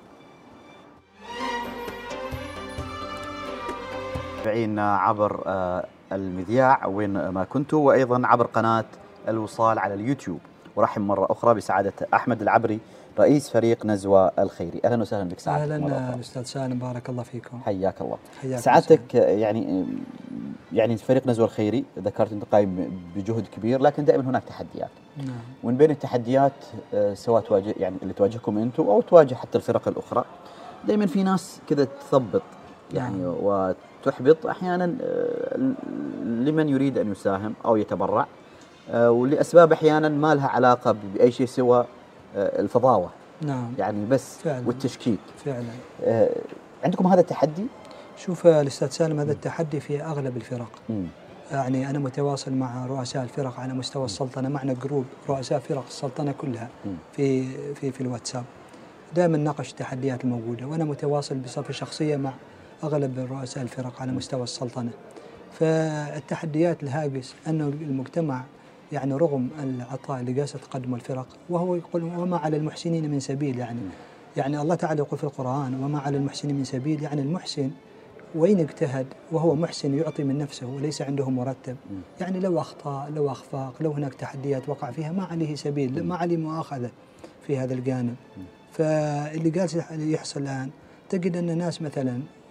متابعينا عبر آه المذياع وين ما كنتوا، وايضا عبر قناه الوصال على اليوتيوب. ورحب مره اخرى بسعاده احمد العبري رئيس فريق نزوة الخيري. اهلا وسهلا بك سعادتك. اهلا الاستاذ سالم، بارك الله فيكم. حياك الله. حياك سعادتك يعني يعني فريق نزوة الخيري ذكرت انت قايم بجهد كبير، لكن دائما هناك تحديات. نعم. ومن بين التحديات سواء تواجه يعني اللي تواجهكم انتم او تواجه حتى الفرق الاخرى، دائما في ناس كذا تثبط يعني نعم. وتحبط احيانا لمن يريد ان يساهم او يتبرع، ولاسباب احيانا ما لها علاقه باي شيء سوى الفضاوه. نعم. يعني بس فعلا. والتشكيك. فعلا. آه عندكم هذا التحدي؟ شوف الاستاذ سالم، هذا التحدي في اغلب الفرق. م. يعني انا متواصل مع رؤساء الفرق على مستوى السلطنه، معنا جروب رؤساء فرق السلطنه كلها م. في في في الواتساب، دائما نناقش التحديات الموجوده، وانا متواصل بصفه شخصيه مع اغلب رؤساء الفرق على مستوى السلطنه. فالتحديات الهاجس انه المجتمع يعني رغم العطاء اللي جالسة تقدمه الفرق، وهو يقول وما على المحسنين من سبيل، يعني يعني الله تعالى يقول في القرآن وما على المحسنين من سبيل، يعني المحسن وإن اجتهد وهو محسن يعطي من نفسه وليس عنده مرتب، يعني لو أخطأ لو أخفاق لو هناك تحديات وقع فيها ما عليه سبيل، ما عليه مؤاخذة في هذا الجانب. فاللي جالس يحصل الآن تجد أن ناس مثلا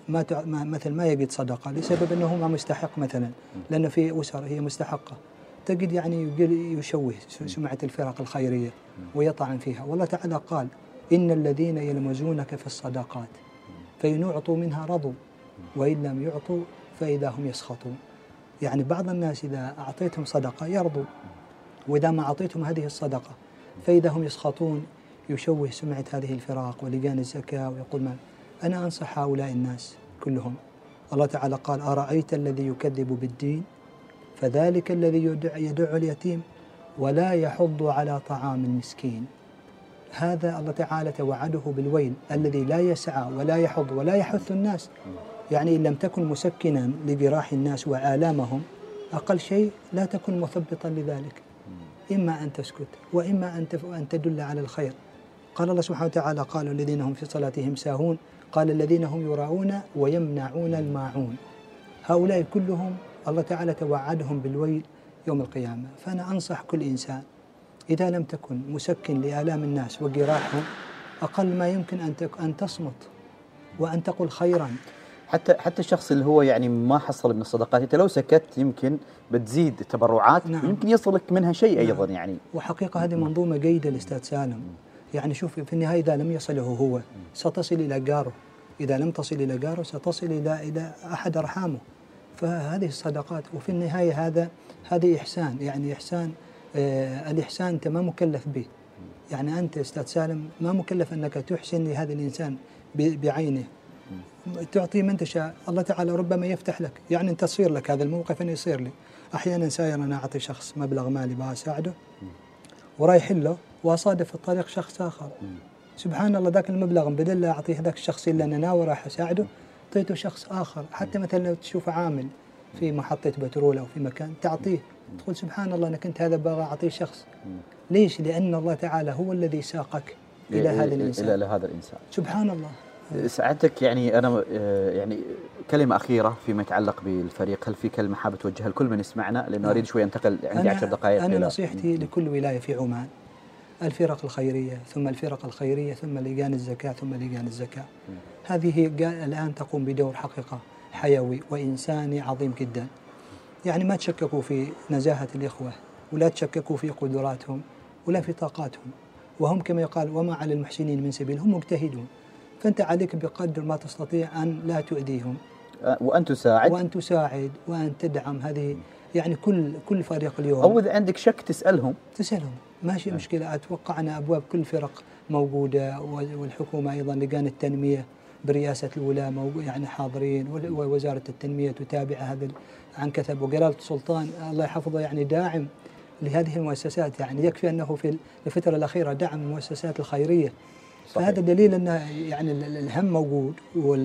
ما مثل ما يجد صدقة لسبب أنه ما مستحق مثلا، لأنه في أسر هي مستحقة، تجد يعني يشوه سمعة الفرق الخيرية ويطعن فيها. والله تعالى قال إن الذين يلمزونك في الصدقات فإن يعطوا منها رضوا وإن لم يعطوا فإذا هم يسخطون. يعني بعض الناس إذا أعطيتهم صدقة يرضوا، وإذا ما أعطيتهم هذه الصدقة فإذا هم يسخطون، يشوه سمعة هذه الفرق ولجان الزكاة ويقول ما. أنا أنصح هؤلاء الناس كلهم. الله تعالى قال أرأيت الذي يكذب بالدين فذلك الذي يدع, يدع اليتيم ولا يحض على طعام المسكين. هذا الله تعالى توعده بالويل الذي لا يسعى ولا يحض ولا يحث الناس. يعني إن لم تكن مسكنا لجراح الناس وآلامهم أقل شيء لا تكن مثبطا لذلك، إما أن تسكت وإما أن تدل على الخير. قال الله سبحانه وتعالى قال الذين هم في صلاتهم ساهون قال الذين هم يراؤون ويمنعون الماعون. هؤلاء كلهم الله تعالى توعدهم بالويل يوم القيامة. فأنا أنصح كل إنسان إذا لم تكن مسكن لآلام الناس وجراحهم أقل ما يمكن أن أن تصمت وأن تقول خيرا. حتى حتى الشخص اللي هو يعني ما حصل من الصدقات، انت لو سكت يمكن بتزيد التبرعات، نعم. يمكن يصلك منها شيء، نعم. ايضا يعني. وحقيقه هذه منظومه جيده الاستاذ سالم. يعني شوف في النهايه اذا لم يصله هو ستصل الى جاره، اذا لم تصل الى جاره ستصل الى الى احد ارحامه. فهذه الصدقات وفي النهايه هذا هذه احسان، يعني احسان. آه الاحسان انت ما مكلف به. يعني انت استاذ سالم ما مكلف انك تحسن لهذا الانسان بعينه، تعطي من تشاء. الله تعالى ربما يفتح لك، يعني انت تصير لك هذا الموقف، أن يصير لي احيانا ساير انا اعطي شخص مبلغ مالي بساعده ورايح له واصادف في الطريق شخص اخر، سبحان الله ذاك المبلغ بدل لا اعطيه هذاك الشخص اللي انا ناوي راح اساعده اعطيته شخص اخر. حتى مثلا لو تشوف عامل في محطه بترول او في مكان تعطيه، تقول سبحان الله انا كنت هذا باغي اعطيه شخص. ليش؟ لان الله تعالى هو الذي ساقك الى هذا الانسان، الى هذا الانسان. سبحان الله. سعادتك يعني أنا يعني كلمة أخيرة فيما يتعلق بالفريق، هل في كلمة حابة توجهها لكل من يسمعنا؟ لأنه أريد شوي أنتقل، عندي عشر دقائق. أنا نصيحتي لكل ولاية في عمان، الفرق الخيرية ثم الفرق الخيرية ثم لجان الزكاة ثم لجان الزكاة، هذه الآن تقوم بدور حقيقة حيوي وإنساني عظيم جدا. يعني ما تشككوا في نزاهة الإخوة ولا تشككوا في قدراتهم ولا في طاقاتهم، وهم كما يقال وما على المحسنين من سبيل، هم مجتهدون. فأنت عليك بقدر ما تستطيع أن لا تؤذيهم، وأن تساعد وأن تساعد وأن تدعم هذه. يعني كل كل فريق اليوم، أو إذا عندك شك تسألهم تسألهم ماشي أه. مشكلة. أتوقع أن أبواب كل فرق موجودة، والحكومة أيضا لجان التنمية برئاسة الولاة يعني حاضرين، ووزارة التنمية تتابع هذا عن كثب، وجلالة السلطان الله يحفظه يعني داعم لهذه المؤسسات. يعني يكفي أنه في الفترة الأخيرة دعم المؤسسات الخيرية. صحيح. فهذا دليل أن يعني الهم موجود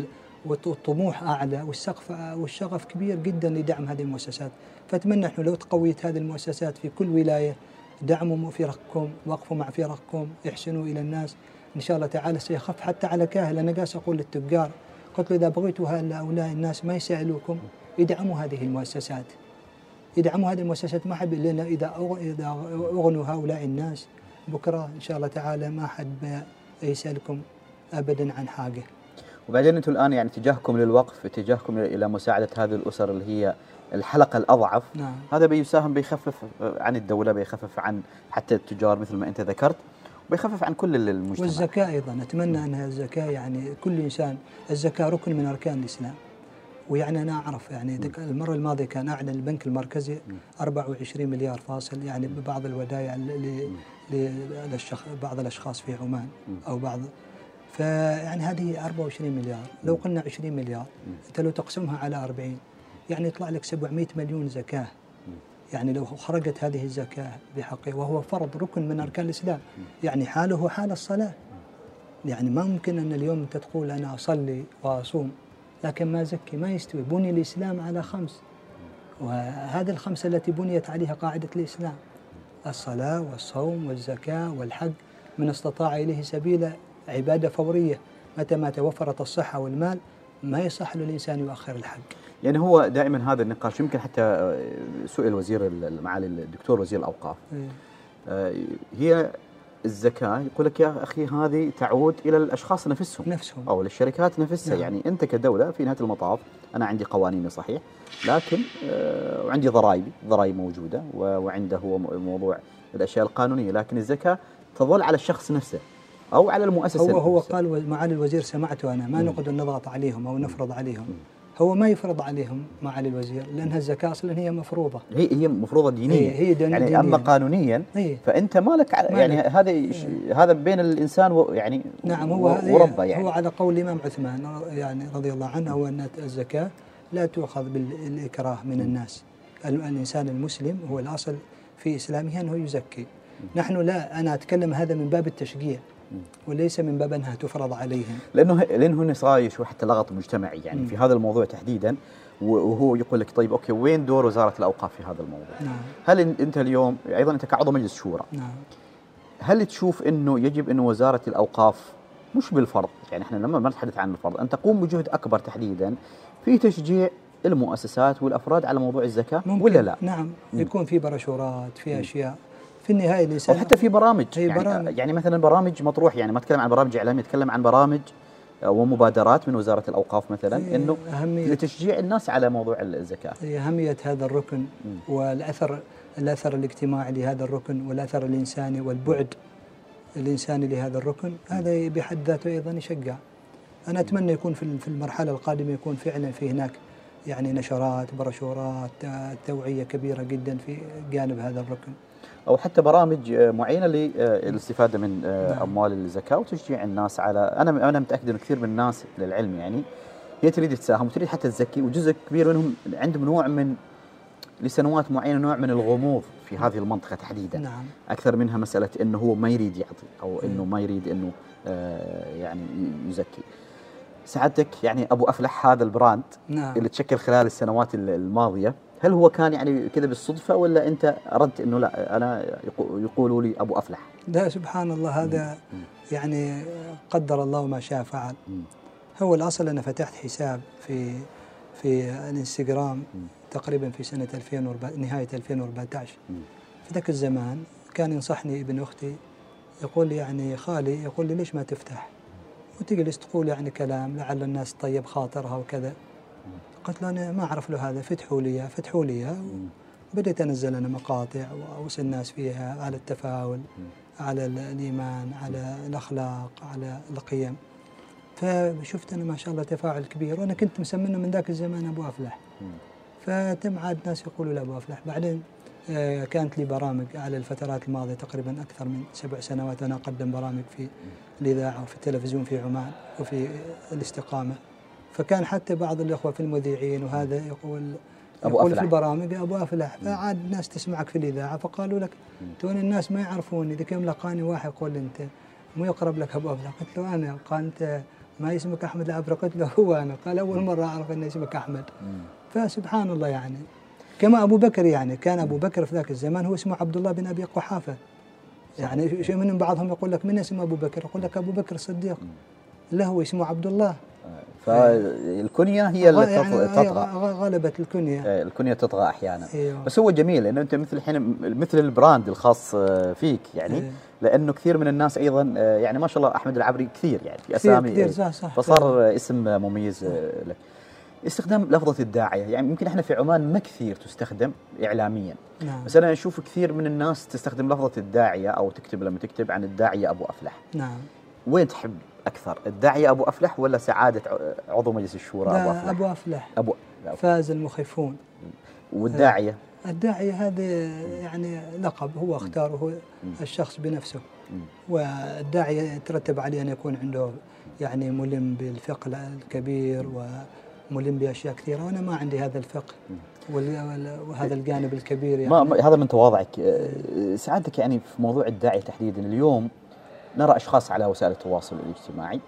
والطموح أعلى والسقف والشغف كبير جدا لدعم هذه المؤسسات. فأتمنى نحن لو تقويت هذه المؤسسات في كل ولاية، دعموا فرقكم، وقفوا مع فرقكم، احسنوا إلى الناس، إن شاء الله تعالى سيخف حتى على كاهل. أنا قاس أقول للتجار، قلت له إذا بغيتوا هؤلاء الناس ما يسألوكم ادعموا هذه المؤسسات، ادعموا هذه المؤسسات. ما حد لنا إذا إذا أغنوا هؤلاء الناس بكرة إن شاء الله تعالى ما حد يسألكم أبدا عن حاجة. وبعدين أنتم الآن يعني اتجاهكم للوقف، اتجاهكم إلى مساعدة هذه الأسر اللي هي الحلقة الأضعف. نعم. هذا بيساهم بيخفف عن الدولة، بيخفف عن حتى التجار مثل ما أنت ذكرت، وبيخفف عن كل المجتمع. والزكاة أيضا أتمنى أنها الزكاة يعني كل إنسان، الزكاة ركن من أركان الإسلام. ويعني أنا أعرف يعني المرة الماضية كان أعلن البنك المركزي أربعة وعشرين مليار فاصل يعني ببعض الودائع لبعض الأشخاص في عمان أو بعض، فيعني هذه أربعة وعشرين مليار. لو قلنا عشرين مليار أنت لو تقسمها على أربعين يعني يطلع لك سبعمائة مليون زكاة. يعني لو خرجت هذه الزكاة بحقه، وهو فرض ركن من أركان الإسلام، يعني حاله حال الصلاة. يعني ما ممكن أن اليوم أنت تقول أنا أصلي وأصوم لكن ما زكي، ما يستوي. بني الإسلام على خمس، وهذه الخمسة التي بنيت عليها قاعدة الإسلام: الصلاة والصوم والزكاة والحج، من استطاع إليه سبيلا، عبادة فورية. متى ما توفرت الصحة والمال ما يصح للإنسان يؤخر الحج. يعني هو دائما هذا النقاش، يمكن حتى سئل وزير معالي الدكتور وزير الأوقاف، هي الزكاة يقول لك يا أخي هذه تعود إلى الأشخاص نفسهم نفسهم أو للشركات نفسها. نعم. يعني أنت كدولة في نهاية المطاف أنا عندي قوانيني صحيح، لكن آه وعندي ضرائبي، ضرائب موجودة، وعنده هو موضوع الأشياء القانونية، لكن الزكاة تظل على الشخص نفسه أو على المؤسسة. هو هو نفسها. قال معالي الوزير سمعته أنا ما نقعد نضغط عليهم أو نفرض عليهم. مم. هو ما يفرض عليهم معالي الوزير، لأنها الزكاة أصلا هي مفروضة، هي هي مفروضة دينيا، هي, هي دين يعني دينيا. أما قانونيا هي. فأنت مالك ما يعني هذا هذا بين الإنسان و يعني نعم هو وربه. يعني هو على قول الإمام عثمان يعني رضي الله عنه، هو أن الزكاة لا تؤخذ بالإكراه من الناس. الإنسان المسلم هو الأصل في إسلامه أنه يزكي. نحن لا، أنا أتكلم هذا من باب التشجيع وليس من باب أنها تفرض عليهم، لأنه لأنه هنا صاير شو حتى لغط مجتمعي يعني مم. في هذا الموضوع تحديدا. وهو يقول لك طيب أوكي وين دور وزارة الأوقاف في هذا الموضوع؟ نعم. هل أنت اليوم أيضا أنت كعضو مجلس شورى، نعم. هل تشوف أنه يجب أنه وزارة الأوقاف مش بالفرض، يعني احنا لما ما نتحدث عن الفرض، أن تقوم بجهد أكبر تحديدا في تشجيع المؤسسات والأفراد على موضوع الزكاة ولا لا؟ نعم يكون في برشورات، في أشياء في النهاية الإنسان، أو حتى في برامج يعني, برامج. يعني مثلا برامج مطروح، يعني ما أتكلم عن برامج إعلامية، أتكلم عن برامج ومبادرات من وزارة الأوقاف مثلا إنه لتشجيع الناس على موضوع الزكاة. هي أهمية هذا الركن م. والأثر الأثر الاجتماعي لهذا الركن والأثر الإنساني والبعد الإنساني لهذا الركن، هذا بحد ذاته أيضا يشجع. أنا أتمنى يكون في في المرحلة القادمة يكون فعلا في هناك يعني نشرات، برشورات، توعية كبيرة جدا في جانب هذا الركن، أو حتى برامج معينة للاستفادة من أموال الزكاة وتشجيع الناس على. أنا أنا متأكد إن كثير من الناس للعلم يعني هي تريد تساهم وتريد حتى تزكي، وجزء كبير منهم عندهم نوع من لسنوات معينة نوع من الغموض في هذه المنطقة تحديدا. نعم. أكثر منها مسألة إنه هو ما يريد يعطي أو إنه ما يريد إنه يعني يزكي. سعادتك يعني أبو أفلح هذا البراند نعم. اللي تشكل خلال السنوات الماضية، هل هو كان يعني كذا بالصدفة ولا أنت أردت إنه لا أنا يقولوا لي أبو أفلح؟ لا سبحان الله، هذا مم. يعني قدر الله ما شاء فعل. مم. هو الأصل أنا فتحت حساب في في الانستغرام مم. تقريبا في سنة ألفين وأربعة نهاية ألفين وأربعة عشر. مم. في ذاك الزمان كان ينصحني ابن أختي، يقول لي يعني خالي، يقول لي ليش ما تفتح وتجلس تقول يعني كلام لعل الناس طيب خاطرها وكذا. قلت له أنا ما أعرف له هذا، فتحوا لي فتحوا لي بديت أنزل أنا مقاطع وأوصي الناس فيها على التفاؤل، على الإيمان، على الأخلاق، على القيم. فشفت أنا ما شاء الله تفاعل كبير، وأنا كنت مسمينه من ذاك الزمان أبو أفلح. فتم عاد الناس يقولوا له أبو أفلح. بعدين آه كانت لي برامج على الفترات الماضية تقريبا أكثر من سبع سنوات أنا أقدم برامج في الإذاعة وفي التلفزيون في عمان وفي الاستقامة. فكان حتى بعض الأخوة في المذيعين وهذا يقول أبو يقول أفلح. في البرامج أبو أفلح. فعاد الناس تسمعك في الإذاعة فقالوا لك تون الناس ما يعرفوني. ذيك يوم لقاني واحد يقول أنت مو يقرب لك أبو أفلح. قلت له أنا. قال أنت ما اسمك أحمد العبرة؟ قلت له هو أنا. قال أول مرة أعرف أن اسمك أحمد. فسبحان الله يعني كما أبو بكر، يعني كان أبو بكر في ذاك الزمان هو اسمه عبد الله بن أبي قحافة. يعني شيء من بعضهم يقول لك من اسمه أبو بكر؟ يقول لك أبو بكر الصديق. لا هو اسمه عبد الله. فالكنية هي اللي يعني تطغى، غلبت الكنية. الكنية تطغى أحيانا. أيوه. بس هو جميل لأنه أنت مثل الحين مثل البراند الخاص فيك يعني. أيوه. لأنه كثير من الناس أيضا يعني ما شاء الله أحمد العبري كثير يعني في أسامي كثير صح صح فصار اسم مميز لك. استخدام لفظة الداعية يعني يمكن احنا في عمان ما كثير تستخدم إعلاميا. نعم. بس أنا أشوف كثير من الناس تستخدم لفظة الداعية أو تكتب لما تكتب عن الداعية أبو أفلح. نعم. وين تحب أكثر الداعية أبو أفلح ولا سعادة عضو مجلس الشورى أبو أفلح؟ أبو أفلح. أبو فاز المخيفون. والداعية؟ الداعية هذا يعني لقب هو اختاره الشخص بنفسه. والداعية يترتب عليه أن يكون عنده يعني ملم بالفقه الكبير وملم بأشياء كثيرة، وأنا ما عندي هذا الفقه وهذا الجانب الكبير يعني. ما هذا من تواضعك. سعادتك يعني في موضوع الداعية تحديدا اليوم نرى أشخاص على وسائل التواصل الاجتماعي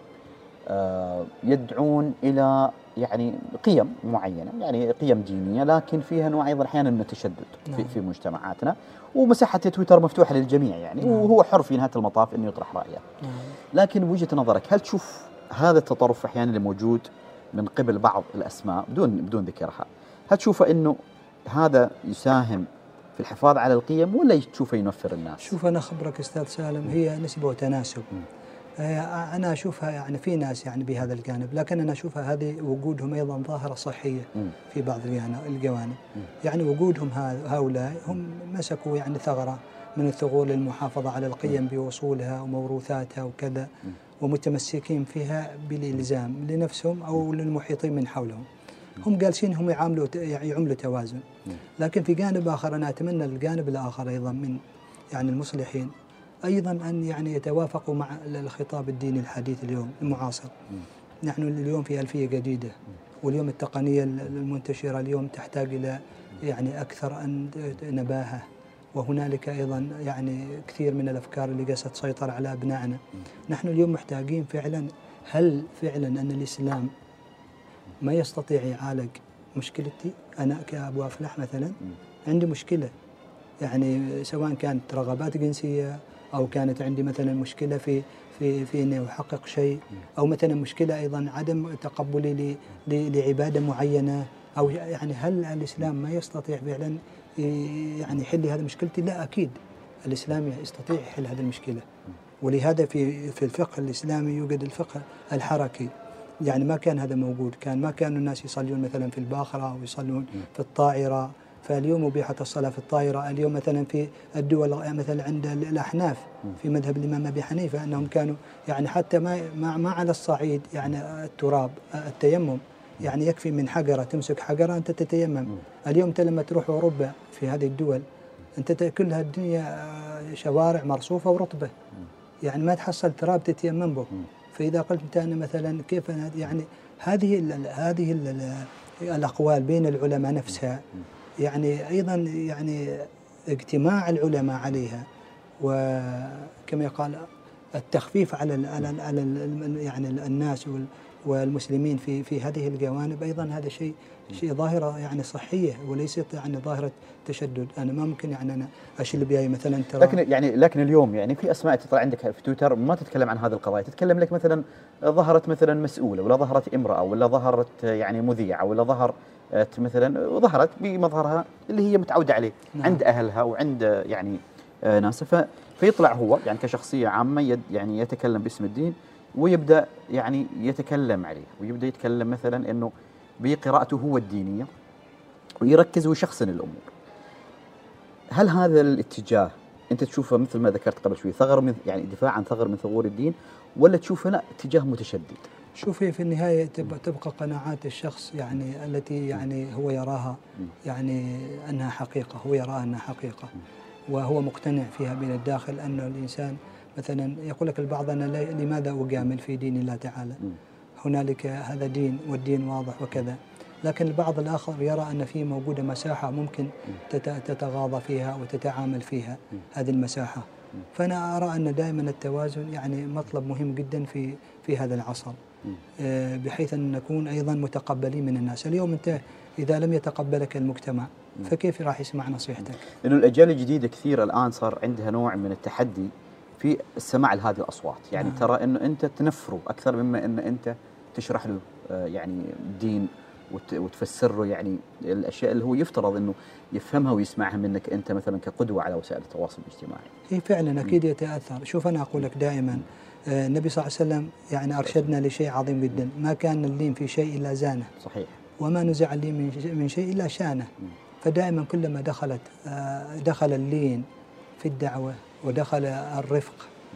يدعون إلى يعني قيم معينة، يعني قيم دينية، لكن فيها نوع أيضا أحيانا من التشدد في, في مجتمعاتنا. ومساحة تويتر مفتوحة للجميع يعني. نعم. وهو حر في نهاية المطاف إنه يطرح رأيه. نعم. لكن بوجهة نظرك هل تشوف هذا التطرف أحيانا اللي موجود من قبل بعض الأسماء بدون بدون ذكرها، هل تشوف إنه هذا يساهم في الحفاظ على القيم، ولا تشوفه ينفر الناس؟ شوف أنا خبرك أستاذ سالم، هي نسبة وتناسب. أنا أشوفها يعني في ناس يعني بهذا الجانب، لكن أنا أشوفها هذه وجودهم أيضا ظاهرة صحية في بعض الجوانب. يعني وجودهم هؤلاء هم مسكوا يعني ثغرة من الثغور للمحافظة على القيم بوصولها وموروثاتها وكذا، ومتمسكين فيها بالإلزام لنفسهم أو للمحيطين من حولهم. هم جالسين هم يعاملوا يعملوا توازن. لكن في جانب آخر أنا أتمنى الجانب الآخر أيضا من يعني المصلحين أيضا أن يعني يتوافقوا مع الخطاب الديني الحديث اليوم المعاصر. نحن اليوم في ألفية جديدة، واليوم التقنية المنتشرة اليوم تحتاج إلى يعني أكثر أن نباهة، وهنالك أيضا يعني كثير من الأفكار اللي قاعدة تسيطر على أبنائنا. نحن اليوم محتاجين فعلا، هل فعلا أن الإسلام ما يستطيع يعالج مشكلتي؟ أنا كأبو أفلح مثلا عندي مشكلة، يعني سواء كانت رغبات جنسية أو كانت عندي مثلا مشكلة في في في إني أحقق شيء، أو مثلا مشكلة أيضا عدم تقبلي لعبادة معينة، أو يعني هل الإسلام ما يستطيع فعلا يعني يحل هذه مشكلتي؟ لا، أكيد الإسلام يستطيع يحل هذه المشكلة. ولهذا في في الفقه الإسلامي يوجد الفقه الحركي. يعني ما كان هذا موجود، كان ما كانوا الناس يصلون مثلا في الباخرة أو يصلون في الطائرة، فاليوم أبيحت الصلاة في الطائرة. اليوم مثلا في الدول مثلا عند الأحناف في مذهب الإمام أبي حنيفة أنهم كانوا يعني حتى ما ما, ما على الصعيد يعني التراب التيمم، يعني يكفي من حجرة تمسك حجرة أنت تتيمم. اليوم أنت لما تروح أوروبا في هذه الدول أنت كلها الدنيا شوارع مرصوفة ورطبة، يعني ما تحصل تراب تتيمم به. فإذا قلت أنت أنا مثلا كيف أنا يعني هذه ال هذه ال الأقوال بين العلماء نفسها، يعني أيضا يعني اجتماع العلماء عليها، وكما يقال التخفيف على على على يعني الناس والمسلمين في في هذه الجوانب، أيضا هذا شيء شيء ظاهرة يعني صحية وليست يعني ظاهرة تشدد. أنا ما ممكن يعني أنا أشيل بياي مثلا ترى. لكن يعني لكن اليوم يعني في أسماء تطلع عندك في تويتر ما تتكلم عن هذه القضايا، تتكلم لك مثلا ظهرت مثلا مسؤولة، ولا ظهرت امرأة، ولا ظهرت يعني مذيعة، ولا ظهر مثلا وظهرت بمظهرها اللي هي متعودة عليه نعم. عند أهلها وعند يعني ناس، فيطلع هو يعني كشخصية عامة يد يعني يتكلم باسم الدين، ويبدأ يعني يتكلم عليه، ويبدأ يتكلم مثلا أنه بقراءته هو الدينية، ويركز ويشخصن الأمور. هل هذا الاتجاه أنت تشوفه مثل ما ذكرت قبل شوي ثغر من يعني دفاع عن ثغر من ثغور الدين، ولا تشوفه لا اتجاه متشدد؟ شوفي في النهاية تبقى, تبقى قناعات الشخص يعني التي يعني هو يراها يعني أنها حقيقة، هو يراها أنها حقيقة وهو مقتنع فيها من الداخل. أن الإنسان مثلا يقول لك البعض أنا لماذا أجامل في دين الله تعالى، هنالك هذا دين والدين واضح وكذا، لكن البعض الآخر يرى أن في موجودة مساحة ممكن تتغاضى فيها وتتعامل فيها هذه المساحة. فأنا أرى أن دائما التوازن يعني مطلب مهم جدا في في هذا العصر، بحيث أن نكون أيضا متقبلين من الناس. اليوم أنت إذا لم يتقبلك المجتمع فكيف راح يسمع نصيحتك؟ لأنه الأجيال الجديدة كثير الآن صار عندها نوع من التحدي في السماع لهذه الأصوات، يعني آه. ترى أنه أنت تنفره أكثر مما أن أنت تشرح له يعني الدين وتفسر له يعني الأشياء اللي هو يفترض أنه يفهمها ويسمعها منك أنت مثلا كقدوة على وسائل التواصل الاجتماعي. هي فعلا أكيد يتأثر. شوف أنا أقول لك دائما النبي صلى الله عليه وسلم يعني أرشدنا لشيء عظيم جدا، ما كان اللين في شيء إلا زانه، صحيح، وما نزع اللين من شيء إلا شانه. فدائما كلما دخلت دخل اللين في الدعوة ودخل الرفق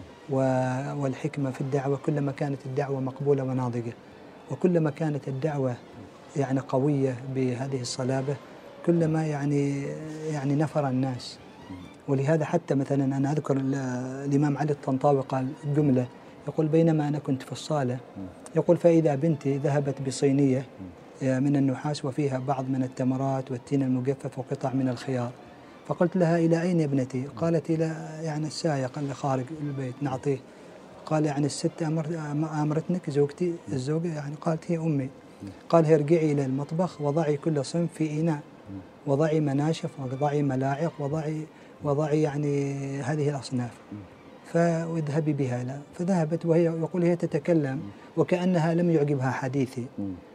والحكمة في الدعوة، كلما كانت الدعوة مقبولة وناضجة، وكلما كانت الدعوة يعني قوية بهذه الصلابة كلما يعني يعني نفر الناس. ولهذا حتى مثلا أنا أذكر الإمام علي الطنطاوي قال جملة يقول بينما أنا كنت في الصالة يقول فإذا بنتي ذهبت بصينية من النحاس وفيها بعض من التمرات والتين المجفف وقطع من الخيار، فقلت لها إلى أين يا ابنتي؟ قالت إلى يعني السايق اللي خارج البيت نعطيه. قال يعني الست أمرتنك زوجتي الزوجة؟ يعني قالت هي أمي. قال ارجعي إلى المطبخ وضعي كل صنف في إناء، وضعي مناشف وضعي ملاعق وضعي وضعي يعني هذه الأصناف، فاذهبي بها لا. فذهبت وهي يقول هي تتكلم وكأنها لم يعجبها حديثي،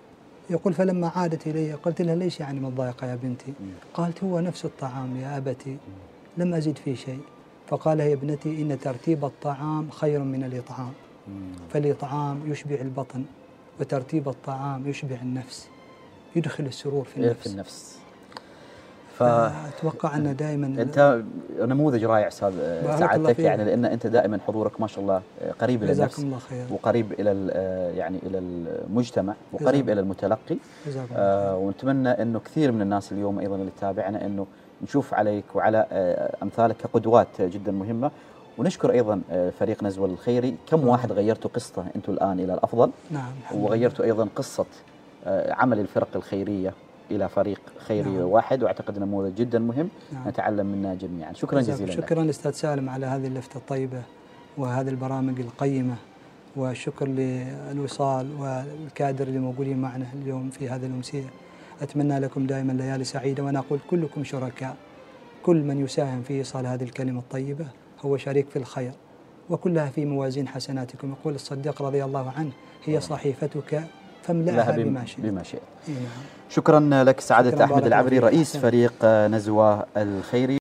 يقول فلما عادت إلي قلت لها ليش يعني متضايقة يا بنتي؟ مم. قالت هو نفس الطعام يا أبتي لم أزد فيه شيء. فقال يا ابنتي إن ترتيب الطعام خير من الإطعام، مم. فالإطعام يشبع البطن وترتيب الطعام يشبع النفس، يدخل السرور في إيه النفس. في النفس. فأتوقع أن دائما أنت نموذج رائع أستاذ بارك الله سعادتك، فيك. يعني لأن أنت دائما حضورك ما شاء الله قريب إلى النفس جزاكم الله خير. وقريب إلى ال- يعني إلى المجتمع وقريب جزاكم. إلى المتلقي. جزاكم الله آه خير. ونتمنى أنه كثير من الناس اليوم أيضا اللي تتابعنا أنه نشوف عليك وعلى آه أمثالك كقدوات جدا مهمة. ونشكر أيضا آه فريق نزوة الخيري، كم واحد غيرتوا قصته أنتم الآن إلى الأفضل. نعم الحمد لله. وغيرتوا أيضا قصة آه عمل الفرق الخيرية إلى فريق خيري نعم. واحد، وأعتقد نموذج جدا مهم نعم. نتعلم منه جميعا. شكرا جزاكم. جزيلا لك. شكرا أستاذ سالم على هذه اللفتة الطيبة وهذه البرامج القيمة، والشكر للوصال والكادر اللي موجودين معنا اليوم في هذه الأمسية. أتمنى لكم دائما ليالي سعيدة، وأنا أقول كلكم شركاء، كل من يساهم في إيصال هذه الكلمة الطيبة هو شريك في الخير، وكلها في موازين حسناتكم. يقول الصديق رضي الله عنه هي صحيفتك فاملأها بم- بما شئت. بما شئت. نعم. شكرا لك سعادة شكراً، أحمد بارك الله العبري فيك. رئيس أحسن. فريق نزوة الخيري.